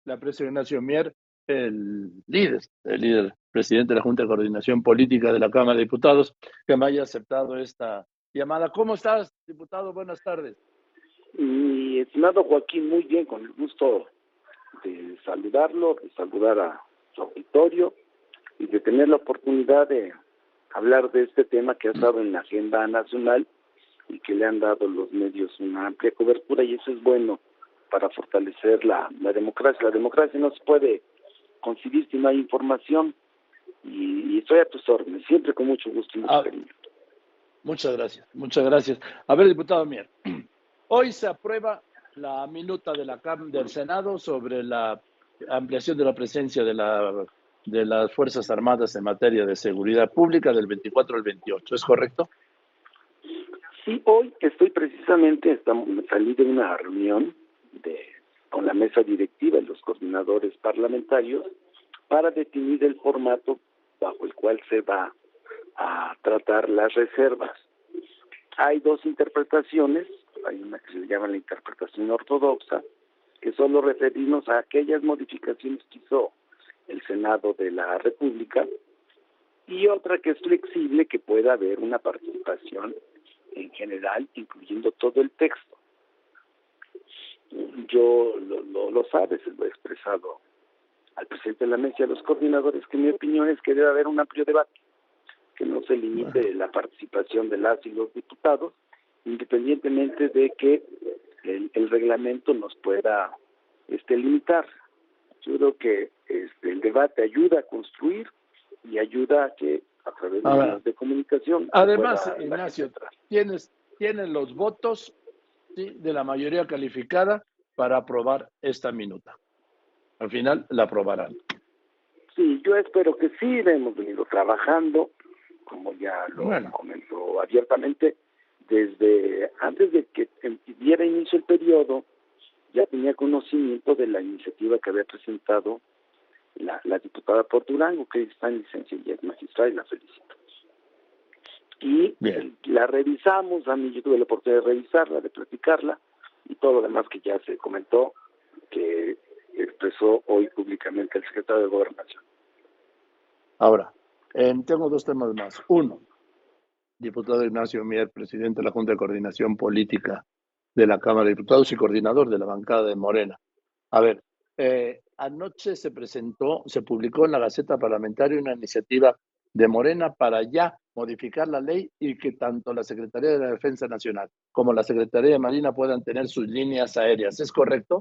Le aprecio Ignacio Mier, el líder, presidente de la Junta de Coordinación Política de la Cámara de Diputados, que me haya aceptado esta llamada. ¿Cómo estás, diputado? Buenas tardes. Mi estimado Joaquín, muy bien, con el gusto de saludarlo, de saludar a su auditorio y de tener la oportunidad de hablar de este tema que ha estado en la agenda nacional y que le han dado los medios una amplia cobertura, y eso es bueno para fortalecer la democracia. La democracia no se puede concebir si no hay información, y estoy a tus órdenes, siempre con mucho gusto y mucho cariño. Muchas gracias, muchas gracias. A ver, diputado Mier, hoy se aprueba la minuta de del Senado sobre la ampliación de la presencia de las Fuerzas Armadas en materia de seguridad pública del 24 al 28, ¿es correcto? Sí, hoy salí de una reunión con la mesa directiva y los coordinadores parlamentarios para definir el formato bajo el cual se va a tratar las reservas. Hay dos interpretaciones. Hay una que se llama la interpretación ortodoxa, que solo referimos a aquellas modificaciones que hizo el Senado de la República, y otra que es flexible, que pueda haber una participación en general, incluyendo todo el texto. Yo lo sabes, lo he expresado al presidente de la mesa y a los coordinadores, que mi opinión es que debe haber un amplio debate, que no se limite la participación de las y los diputados, independientemente de que el reglamento nos pueda limitar. Yo creo que el debate ayuda a construir y ayuda a que a través de medios de comunicación. Además, Ignacio, tienes los votos, ¿sí?, de la mayoría calificada para aprobar esta minuta. Al final la aprobarán. Sí, yo espero que sí. Hemos venido trabajando, como ya lo comentó abiertamente, desde antes de que diera inicio el periodo. Ya tenía conocimiento de la iniciativa que había presentado la diputada por Durango, que está en licencia y es magistrada, y la felicito. Y la revisamos, a mí yo tuve la oportunidad de revisarla, de platicarla, y todo lo demás que ya se comentó, que expresó hoy públicamente el secretario de Gobernación. Ahora, tengo dos temas más. Uno, diputado Ignacio Mier, presidente de la Junta de Coordinación Política de la Cámara de Diputados y coordinador de la bancada de Morena. A ver, anoche se publicó en la Gaceta Parlamentaria una iniciativa de Morena para ya modificar la ley y que tanto la Secretaría de la Defensa Nacional como la Secretaría de Marina puedan tener sus líneas aéreas. ¿Es correcto?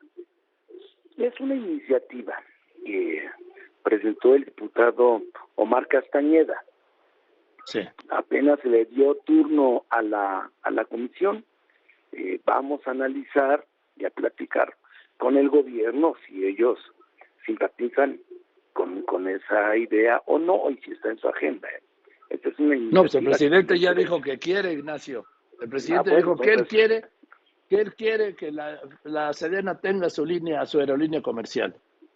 Es una iniciativa que presentó el diputado Omar Castañeda. Sí. Apenas se le dio turno a la comisión. Vamos a analizar y a platicar con el gobierno si ellos simpatizan con esa idea o no, y si está en su agenda. Esta es una iniciativa. No, pues el presidente ya dijo que quiere, Ignacio. El presidente dijo que él quiere que la Sedena tenga su aerolínea comercial.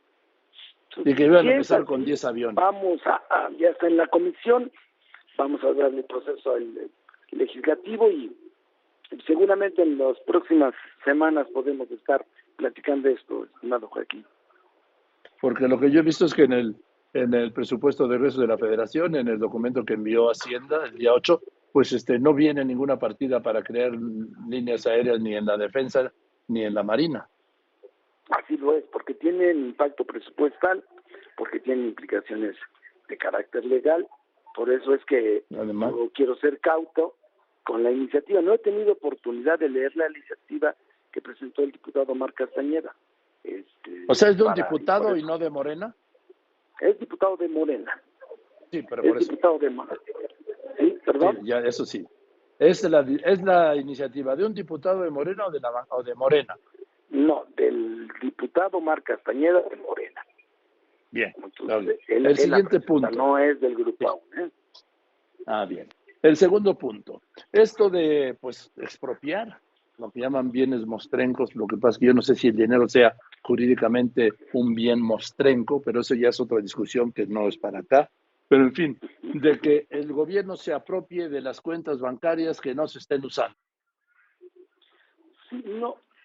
Y que iban a empezar con 10 aviones. Ya está en la comisión, vamos a darle proceso al legislativo, y seguramente en las próximas semanas podemos estar platicando esto, estimado Joaquín. Porque lo que yo he visto es que en el presupuesto de egresos de la Federación, en el documento que envió Hacienda el día 8, pues no viene ninguna partida para crear líneas aéreas ni en la defensa ni en la marina. Así lo es, porque tienen impacto presupuestal, porque tienen implicaciones de carácter legal. Por eso es que yo quiero ser cauto con la iniciativa. No he tenido oportunidad de leer la iniciativa que presentó el diputado Omar Castañeda. O sea, ¿es de un diputado y no de Morena? Es diputado de Morena. Sí, pero por eso. Es diputado de Morena. ¿Sí? ¿Perdón? Sí, ya, eso sí. ¿Es la iniciativa de un diputado de Morena o de Morena? No, del diputado Omar Castañeda de Morena. Bien. Entonces, el siguiente punto. No es del grupo aún. Bien. El segundo punto. Esto de, expropiar, lo que llaman bienes mostrencos. Lo que pasa es que yo no sé si el dinero sea jurídicamente un bien mostrenco, pero eso ya es otra discusión que no es para acá. Pero, en fin, de que el gobierno se apropie de las cuentas bancarias que no se estén usando. Sí, no.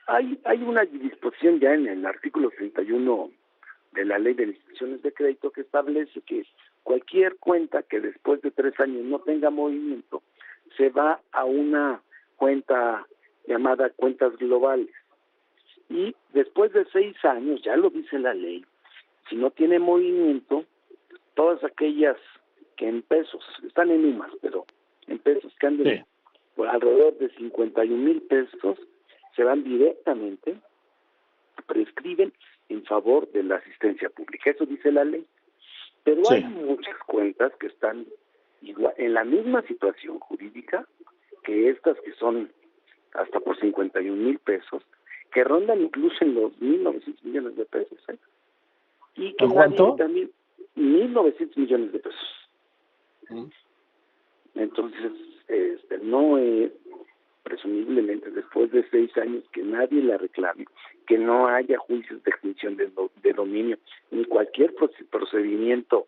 Hay una disposición ya en el artículo 31 de la Ley de Instituciones de Crédito que establece que cualquier cuenta que después de 3 años no tenga movimiento se va a una cuenta llamada cuentas globales. Y después de 6 años, ya lo dice la ley, si no tiene movimiento, todas aquellas que en pesos, están en UMAS, pero en pesos que anden por alrededor de 51,000 pesos, se van directamente, prescriben en favor de la asistencia pública. Eso dice la ley. Pero hay muchas cuentas que están igual, en la misma situación jurídica que estas que son hasta por 51,000 pesos, que rondan incluso en los 1,900 millones de pesos. Y que ¿cuánto? También 1,900 millones de pesos. Entonces, no es presumiblemente después de 6 años que nadie la reclame, que no haya juicios de extinción de dominio, ni cualquier procedimiento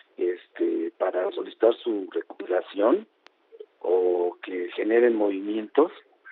para solicitar su recuperación o que generen movimientos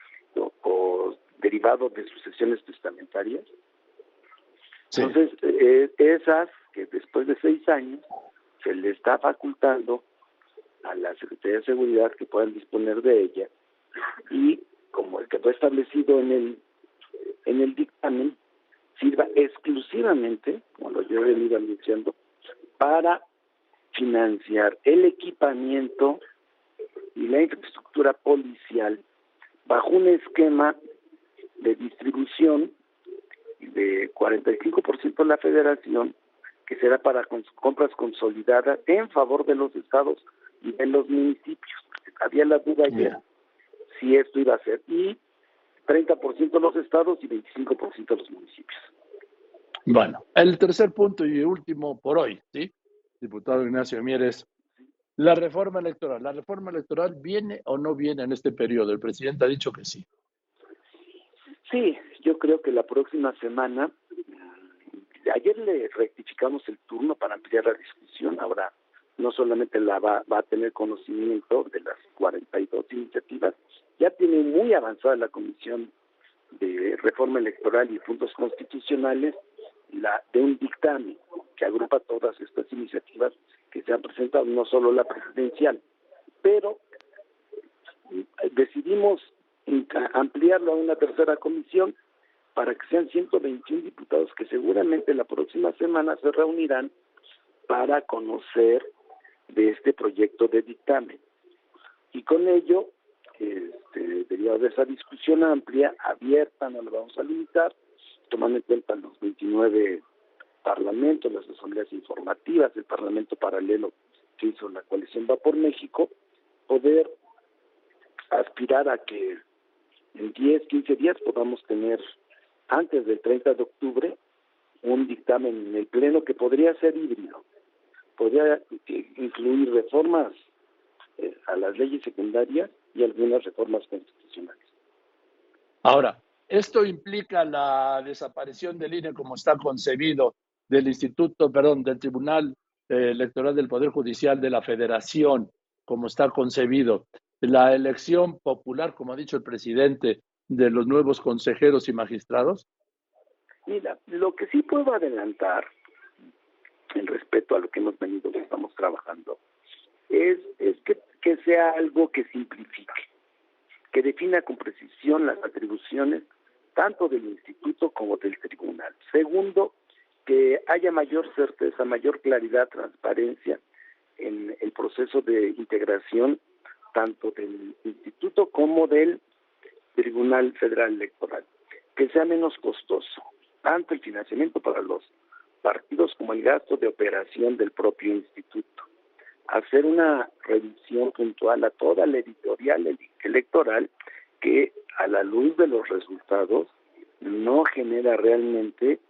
o derivados de sucesiones testamentarias. Entonces, esas que después de 6 años se le está facultando a la Secretaría de Seguridad que puedan disponer de ella, y como el que fue establecido en el dictamen, sirva exclusivamente, como lo yo he venido anunciando, para financiar el equipamiento y la infraestructura policial bajo un esquema de distribución de 45% la Federación, que será para compras consolidadas en favor de los estados y de los municipios. Había la duda ya si esto iba a ser, y 30% los estados y 25% los municipios. Bueno, el tercer punto y último por hoy, ¿sí? Diputado Ignacio Mieres, la reforma electoral. ¿La reforma electoral viene o no viene en este periodo? El presidente ha dicho que sí. Sí, yo creo que la próxima semana, ayer le rectificamos el turno para ampliar la discusión, ahora no solamente va a tener conocimiento de las 42 iniciativas, ya tiene muy avanzada la Comisión de Reforma Electoral y Puntos Constitucionales de un dictamen que agrupa todas estas iniciativas que se han presentado, no solo la presidencial, pero decidimos ampliarlo a una tercera comisión para que sean 121 diputados que seguramente la próxima semana se reunirán para conocer de este proyecto de dictamen. Y con ello, debido a esa discusión amplia, abierta, no la vamos a limitar, tomando en cuenta los 29 parlamentos, las asambleas informativas, el parlamento paralelo que hizo la coalición Va por México, poder aspirar a que en 10, 15 días podamos tener, antes del 30 de octubre, un dictamen en el Pleno que podría ser híbrido, podría incluir reformas a las leyes secundarias y algunas reformas constitucionales. Ahora, ¿esto implica la desaparición del INE como está concebido, del Tribunal Electoral del Poder Judicial de la Federación, como está concebido, la elección popular, como ha dicho el presidente, de los nuevos consejeros y magistrados? Mira, lo que sí puedo adelantar, en respeto a lo que estamos trabajando, es que sea algo que simplifique, que defina con precisión las atribuciones tanto del instituto como del tribunal. Segundo, que haya mayor certeza, mayor claridad, transparencia en el proceso de integración tanto del instituto como del Tribunal Federal Electoral, que sea menos costoso, tanto el financiamiento para los partidos como el gasto de operación del propio instituto. Hacer una revisión puntual a toda la editorial electoral que a la luz de los resultados no genera realmente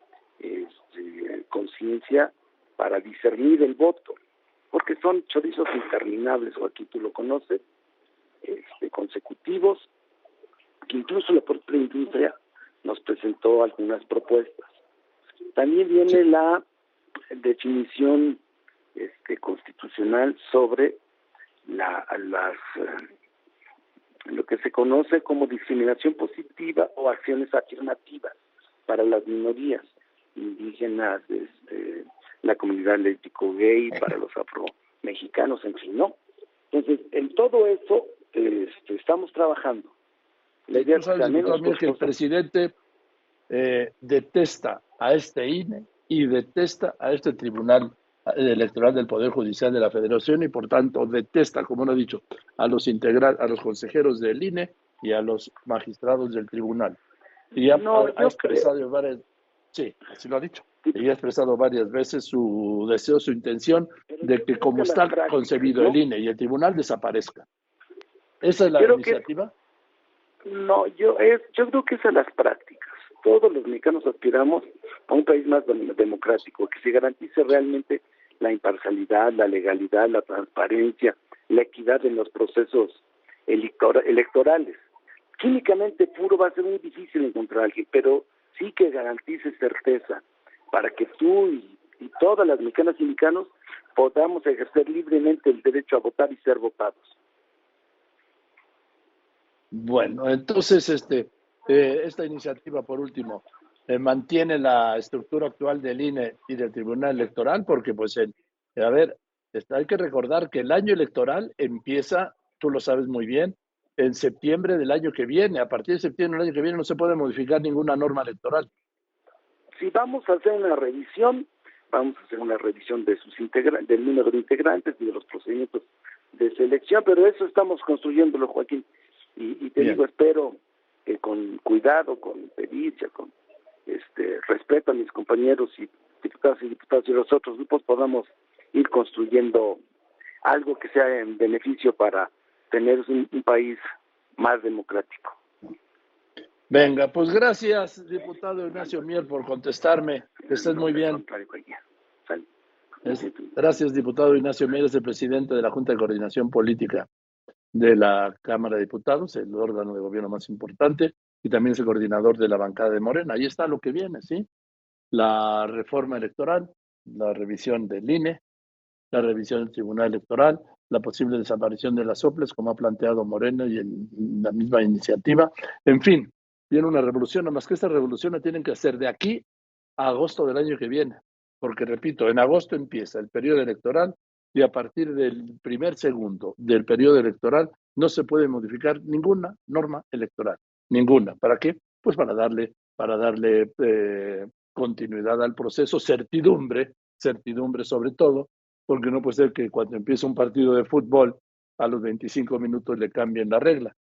conciencia para discernir el voto, porque son chorizos interminables, o aquí tú lo conoces, consecutivos, que incluso la propia industria nos presentó algunas propuestas. También viene la definición constitucional sobre lo que se conoce como discriminación positiva o acciones afirmativas para las minorías indígenas, la comunidad lésbico gay, para los afromexicanos, en fin, ¿no? Entonces, en todo eso estamos trabajando. La idea Tú sabes, diputado Mier, que el presidente detesta a este INE y detesta a este Tribunal Electoral del Poder Judicial de la Federación y por tanto detesta, como lo he dicho, a los consejeros del INE y a los magistrados del tribunal. Y ha expresado varias, sí, así lo ha dicho, y ha expresado varias veces su deseo, su intención de que como está concebido el INE y el tribunal desaparezca. ¿Esa es la iniciativa? No, yo creo que es a las prácticas. Todos los mexicanos aspiramos a un país más democrático, que se garantice realmente la imparcialidad, la legalidad, la transparencia, la equidad en los procesos electorales. Químicamente puro va a ser muy difícil encontrar a alguien, pero sí que garantice certeza para que tú y todas las mexicanas y mexicanos podamos ejercer libremente el derecho a votar y ser votados. Bueno, entonces esta iniciativa, por último, mantiene la estructura actual del INE y del Tribunal Electoral, porque pues hay que recordar que el año electoral empieza, tú lo sabes muy bien, en septiembre del año que viene. A partir de septiembre del año que viene no se puede modificar ninguna norma electoral. Si vamos a hacer una revisión, vamos a hacer una revisión de del número de integrantes y de los procedimientos de selección, pero eso estamos construyéndolo, Joaquín. Y te digo, espero que con cuidado, con pericia, con respeto a mis compañeros y diputados de los otros grupos podamos ir construyendo algo que sea en beneficio para tener un país más democrático. Venga, pues gracias, diputado Ignacio Mier, por contestarme. Que estés muy bien. Gracias, diputado Ignacio Mier, es el presidente de la Junta de Coordinación Política de la Cámara de Diputados, el órgano de gobierno más importante, y también es el coordinador de la bancada de Morena. Ahí está lo que viene, ¿sí? La reforma electoral, la revisión del INE, la revisión del Tribunal Electoral, la posible desaparición de las soples, como ha planteado Morena y en la misma iniciativa. En fin, viene una revolución, nada más que esta revolución la tienen que hacer de aquí a agosto del año que viene, porque repito, en agosto empieza el periodo electoral y a partir del primer segundo del periodo electoral no se puede modificar ninguna norma electoral, ninguna. ¿Para qué? Pues para darle continuidad al proceso, certidumbre sobre todo, porque no puede ser que cuando empieza un partido de fútbol a los 25 minutos le cambien la regla.